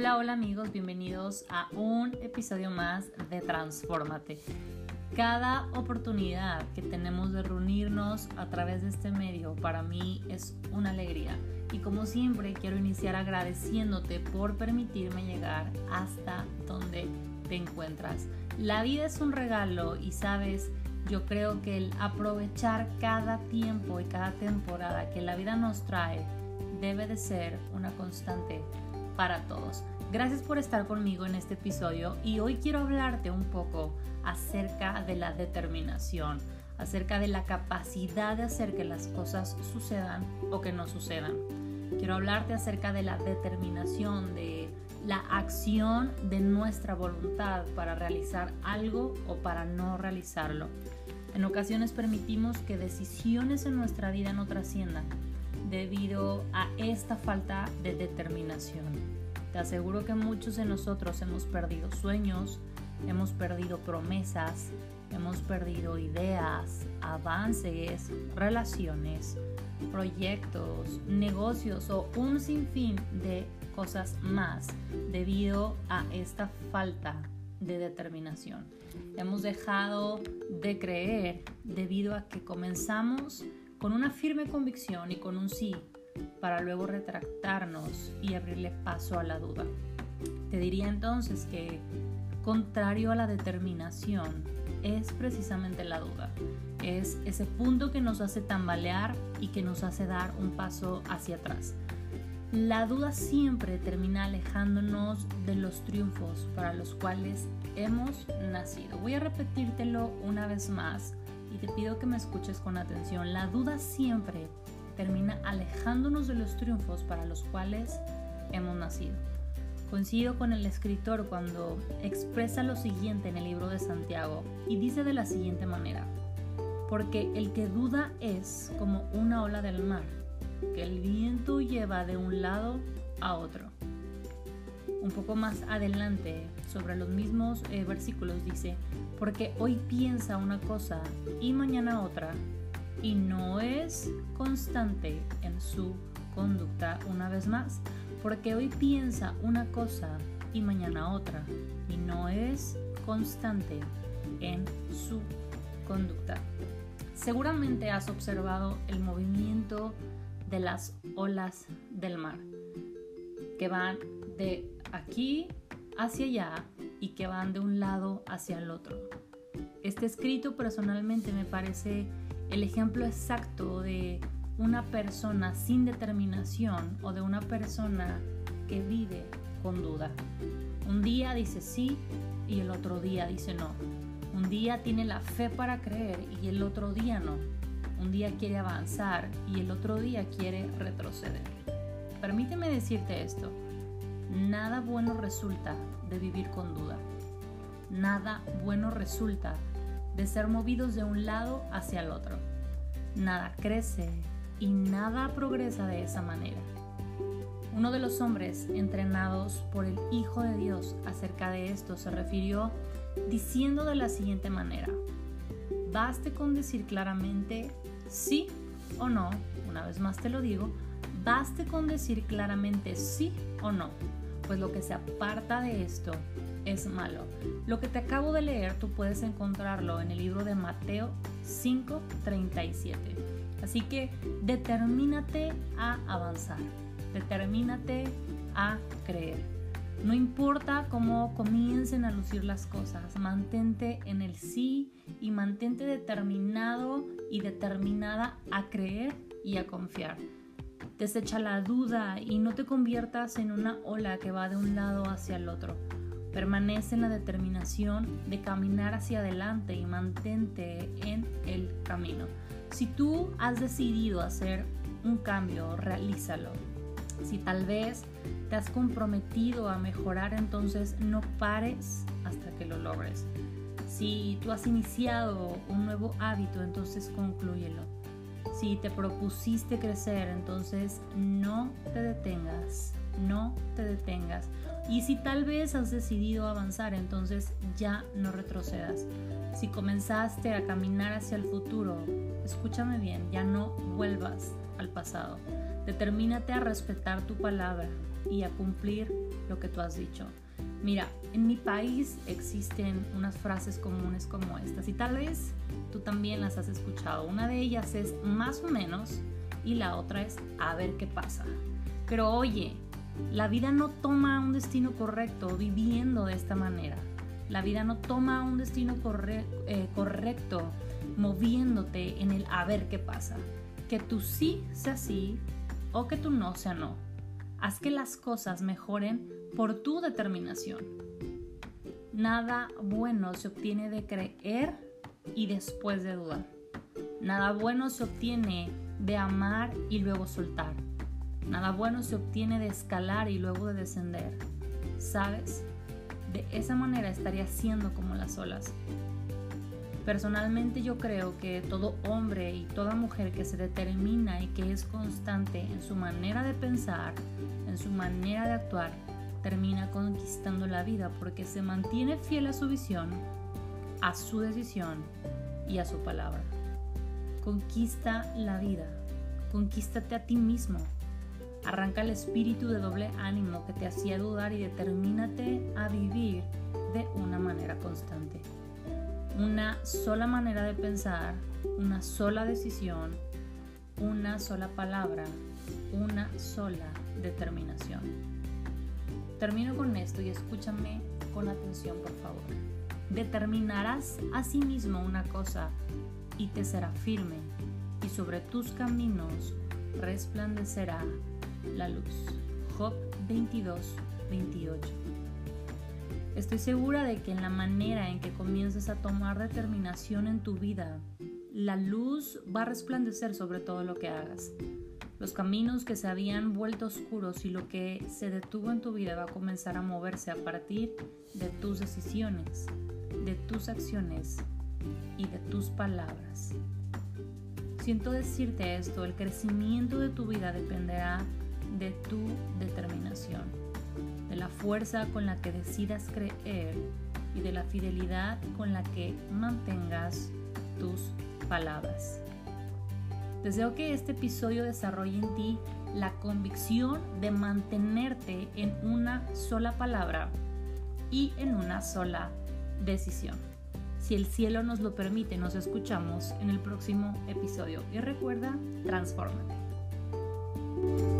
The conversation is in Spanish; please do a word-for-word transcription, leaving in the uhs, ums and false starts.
Hola, hola amigos, bienvenidos a un episodio más de Transfórmate. Cada oportunidad que tenemos de reunirnos a través de este medio para mí es una alegría. Y como siempre quiero iniciar agradeciéndote por permitirme llegar hasta donde te encuentras. La vida es un regalo y sabes, yo creo que el aprovechar cada tiempo y cada temporada que la vida nos trae debe de ser una constante para todos. Gracias por estar conmigo en este episodio y hoy quiero hablarte un poco acerca de la determinación, acerca de la capacidad de hacer que las cosas sucedan o que no sucedan. Quiero hablarte acerca de la determinación, de la acción de nuestra voluntad para realizar algo o para no realizarlo. En ocasiones permitimos que decisiones en nuestra vida no trasciendan debido a esta falta de determinación. Te aseguro que muchos de nosotros hemos perdido sueños, hemos perdido promesas, hemos perdido ideas, avances, relaciones, proyectos, negocios o un sinfín de cosas más debido a esta falta de determinación. Hemos dejado de creer debido a que comenzamos con una firme convicción y con un sí, para luego retractarnos y abrirle paso a la duda. Te diría entonces que, contrario a la determinación, es precisamente la duda. Es ese punto que nos hace tambalear y que nos hace dar un paso hacia atrás. La duda siempre termina alejándonos de los triunfos para los cuales hemos nacido. Voy a repetírtelo una vez más y te pido que me escuches con atención. La duda siempre termina alejándonos de los triunfos para los cuales hemos nacido. Coincido con el escritor cuando expresa lo siguiente en el libro de Santiago y dice de la siguiente manera: porque el que duda es como una ola del mar, que el viento lleva de un lado a otro. Un poco más adelante, sobre los mismos eh, versículos, dice: porque hoy piensa una cosa y mañana otra, y no es constante en su conducta. Una vez más, porque hoy piensa una cosa y mañana otra, y no es constante en su conducta. Seguramente has observado el movimiento de las olas del mar, que van de aquí hacia allá y que van de un lado hacia el otro. Este escrito personalmente me parece el ejemplo exacto de una persona sin determinación o de una persona que vive con duda. Un día dice sí y el otro día dice no. Un día tiene la fe para creer y el otro día no. Un día quiere avanzar y el otro día quiere retroceder. Permíteme decirte esto: nada bueno resulta de vivir con duda. Nada bueno resulta de ser movidos de un lado hacia el otro. Nada crece y nada progresa de esa manera. Uno de los hombres entrenados por el Hijo de Dios acerca de esto se refirió diciendo de la siguiente manera: baste con decir claramente sí o no. Una vez más te lo digo, baste con decir claramente sí o no, pues lo que se aparta de esto es malo. Lo que te acabo de leer tú puedes encontrarlo en el libro de Mateo cinco treinta y siete. Así que determínate a avanzar, determínate a creer. No importa cómo comiencen a lucir las cosas, mantente en el sí y mantente determinado y determinada a creer y a confiar. Desecha la duda y no te conviertas en una ola que va de un lado hacia el otro. Permanece en la determinación de caminar hacia adelante y mantente en el camino. Si tú has decidido hacer un cambio, realízalo. Si tal vez te has comprometido a mejorar, entonces no pares hasta que lo logres. Si tú has iniciado un nuevo hábito, entonces conclúyelo. Si te propusiste crecer, entonces no te detengas no te detengas. Y si tal vez has decidido avanzar, entonces ya no retrocedas. Si comenzaste a caminar hacia el futuro, escúchame bien, ya no vuelvas al pasado. Determínate a respetar tu palabra y a cumplir lo que tú has dicho. Mira, en mi país existen unas frases comunes como estas y tal vez tú también las has escuchado. Una de ellas es más o menos y la otra es a ver qué pasa. Pero oye, la vida no toma un destino correcto viviendo de esta manera. La vida no toma un destino corre- eh, correcto moviéndote en el a ver qué pasa. Que tu sí sea sí o que tu no sea no. Haz que las cosas mejoren por tu determinación. Nada bueno se obtiene de creer y después de dudar. Nada bueno se obtiene de amar y luego soltar. Nada bueno se obtiene de escalar y luego de descender. ¿Sabes? De esa manera estarías siendo como las olas. Personalmente yo creo que todo hombre y toda mujer que se determina y que es constante en su manera de pensar, en su manera de actuar, termina conquistando la vida porque se mantiene fiel a su visión, a su decisión y a su palabra. Conquista la vida, conquístate a ti mismo. Arranca el espíritu de doble ánimo que te hacía dudar y determínate a vivir de una manera constante. Una sola manera de pensar, una sola decisión, una sola palabra, una sola determinación. Termino con esto y escúchame con atención, por favor. Determinarás a sí mismo una cosa y te será firme, y sobre tus caminos resplandecerá la luz. Job veintidós, veintiocho. Estoy segura de que en la manera en que comiences a tomar determinación en tu vida, la luz va a resplandecer sobre todo lo que hagas. Los caminos que se habían vuelto oscuros y lo que se detuvo en tu vida va a comenzar a moverse a partir de tus decisiones, de tus acciones y de tus palabras. Siento decirte esto, el crecimiento de tu vida dependerá de tu determinación, de la fuerza con la que decidas creer y de la fidelidad con la que mantengas tus palabras. Deseo que este episodio desarrolle en ti la convicción de mantenerte en una sola palabra y en una sola decisión. Si el cielo nos lo permite, nos escuchamos en el próximo episodio. Y recuerda, transfórmate.